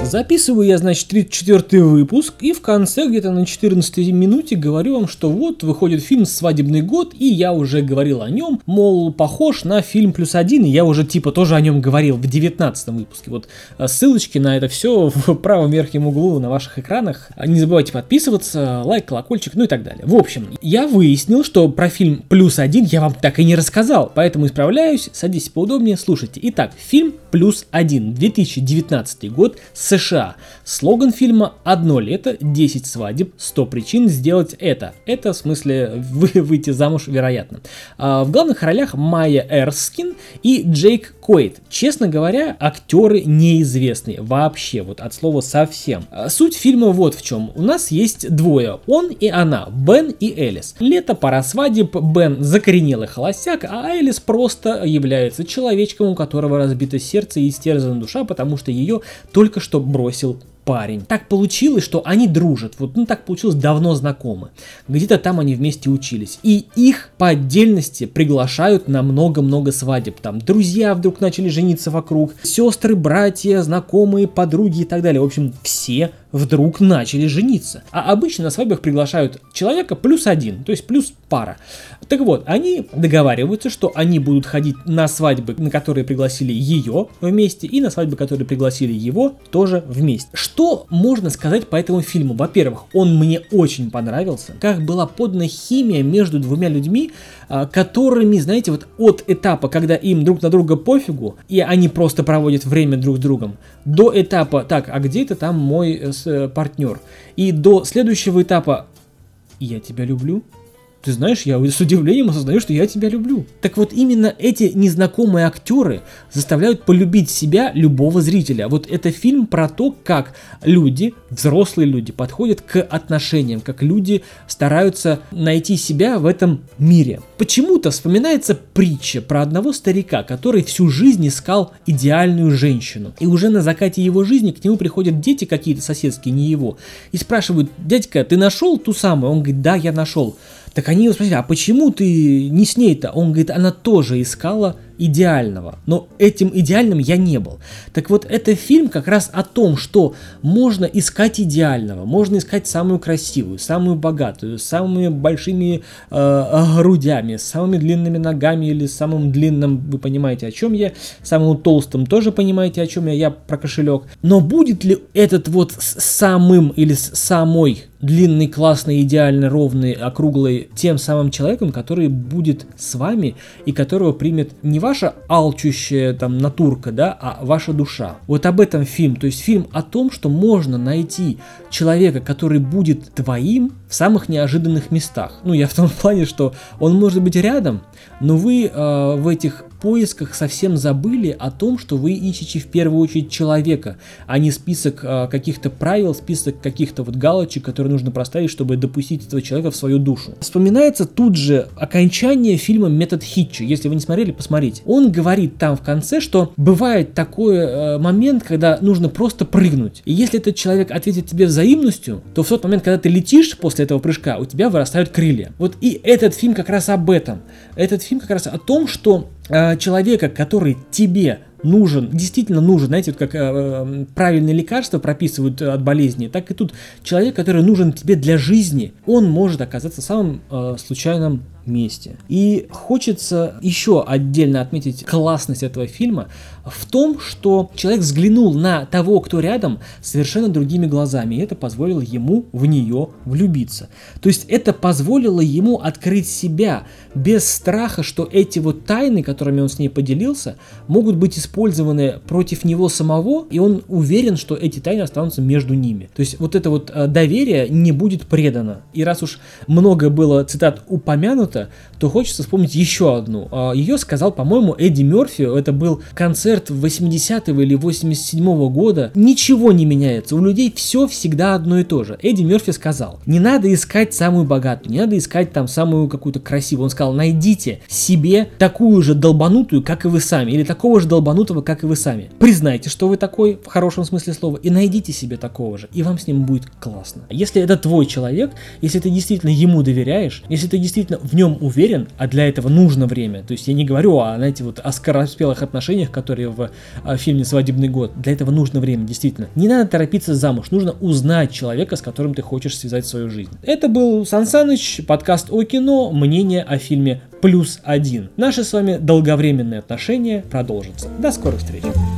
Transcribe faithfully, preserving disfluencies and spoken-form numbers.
Записываю я, значит, тридцать четвёртый выпуск, и в конце, где-то на четырнадцатой минуте, говорю вам, что вот выходит фильм «Свадебный год», и я уже говорил о нем, мол, похож на фильм «Плюс один», и я уже типа тоже о нем говорил в девятнадцатом выпуске. Вот ссылочки на это все в правом верхнем углу на ваших экранах. Не забывайте подписываться, лайк, колокольчик, ну и так далее. В общем, я выяснил, что про фильм «Плюс один» я вам так и не рассказал, поэтому исправляюсь, садитесь поудобнее, слушайте. Итак, фильм «Плюс один», две тысячи девятнадцатый год, США. Слоган фильма «Одно лето, десять свадеб, сто причин сделать это». Это в смысле вы, выйти замуж, вероятно. А в главных ролях Майя Эрскин и Джейк Куэйд. Честно говоря, актеры неизвестные вообще, вот от слова совсем. А суть фильма вот в чем. У нас есть двое, он и она, Бен и Элис. Лето, пора свадеб, Бен закоренелый холостяк, а Элис просто является человечком, у которого разбито сердце и истерзана душа, потому что ее только что бросил парень. Так получилось, что они дружат, вот, ну так получилось, давно знакомы. Где-то там они вместе учились. И их по отдельности приглашают на много-много свадеб. Там друзья вдруг начали жениться вокруг, сестры, братья, знакомые, подруги и так далее. В общем, все вдруг начали жениться. А обычно на свадьбах приглашают человека плюс один, то есть плюс пара. Так вот, они договариваются, что они будут ходить на свадьбы, на которые пригласили ее вместе, и на свадьбы, которые пригласили его, тоже вместе. Что можно сказать по этому фильму? Во-первых, он мне очень понравился. Как была подана химия между двумя людьми, которыми, знаете, вот от этапа, когда им друг на друга пофигу, и они просто проводят время друг с другом, до этапа, так, а где это там мой э, партнер? И до следующего этапа, я тебя люблю. Ты знаешь, я с удивлением осознаю, что я тебя люблю. Так вот, именно эти незнакомые актеры заставляют полюбить себя любого зрителя. Вот это фильм про то, как люди, взрослые люди, подходят к отношениям, как люди стараются найти себя в этом мире. Почему-то вспоминается притча про одного старика, который всю жизнь искал идеальную женщину. И уже на закате его жизни к нему приходят дети какие-то соседские, не его, и спрашивают: дядька, ты нашел ту самую? Он говорит: да, я нашел. Так они его спросили: а почему ты не с ней-то? Он говорит: она тоже искала идеального, но этим идеальным я не был. Так вот, это фильм как раз о том, что можно искать идеального, можно искать самую красивую, самую богатую, с самыми большими э, грудями, с самыми длинными ногами или самым длинным, вы понимаете, о чем я, самым толстым тоже понимаете, о чем я, я про кошелек. Но будет ли этот вот с самым или с самой длинный, классный, идеально ровный, округлый тем самым человеком, который будет с вами и которого примет не ваша алчущая там натурка, да, а ваша душа. Вот об этом фильм. То есть фильм о том, что можно найти человека, который будет твоим в самых неожиданных местах. Ну, я в том плане, что он может быть рядом, но вы э, в этих поисках совсем забыли о том, что вы ищете в первую очередь человека, а не список э, каких-то правил, список каких-то вот галочек, которые нужно проставить, чтобы допустить этого человека в свою душу. Вспоминается тут же окончание фильма «Метод Хитча». Если вы не смотрели, посмотрите. Он говорит там в конце, что бывает такой э, момент, когда нужно просто прыгнуть. И если этот человек ответит тебе взаимностью, то в тот момент, когда ты летишь после этого прыжка, у тебя вырастают крылья. Вот и этот фильм как раз об этом. Этот фильм как раз о том, что э, человека, который тебе нужен, действительно нужен, знаете, вот как э, правильные лекарства прописывают от болезни, так и тут человек, который нужен тебе для жизни, он может оказаться в самом э, случайном месте. И хочется еще отдельно отметить классность этого фильма в том, что человек взглянул на того, кто рядом, совершенно другими глазами, и это позволило ему в нее влюбиться. То есть это позволило ему открыть себя без страха, что эти вот тайны, которыми он с ней поделился, могут быть использованы против него самого, и он уверен, что эти тайны останутся между ними. То есть вот это вот доверие не будет предано. И раз уж много было цитат упомянуто, то хочется вспомнить еще одну. Ее сказал, по-моему, Эдди Мерфи. Это был концерт восьмидесятого или восемьдесят седьмого года. Ничего не меняется. У людей все всегда одно и то же. Эдди Мерфи сказал: не надо искать самую богатую, не надо искать там самую какую-то красивую. Он сказал: найдите себе такую же долбанутую, как и вы сами, или такого же долбанутого, как и вы сами. Признайте, что вы такой, в хорошем смысле слова, и найдите себе такого же, и вам с ним будет классно. Если это твой человек, если ты действительно ему доверяешь, если ты действительно в нем уверен, а для этого нужно время, то есть я не говорю о, знаете, вот о скороспелых отношениях, которые в а, фильме «Свадебный год», для этого нужно время, действительно. Не надо торопиться замуж, нужно узнать человека, с которым ты хочешь связать свою жизнь. Это был Сан Саныч, подкаст о кино, мнение о фильме «Плюс один». Наши с вами долговременные отношения продолжатся. До скорых встреч!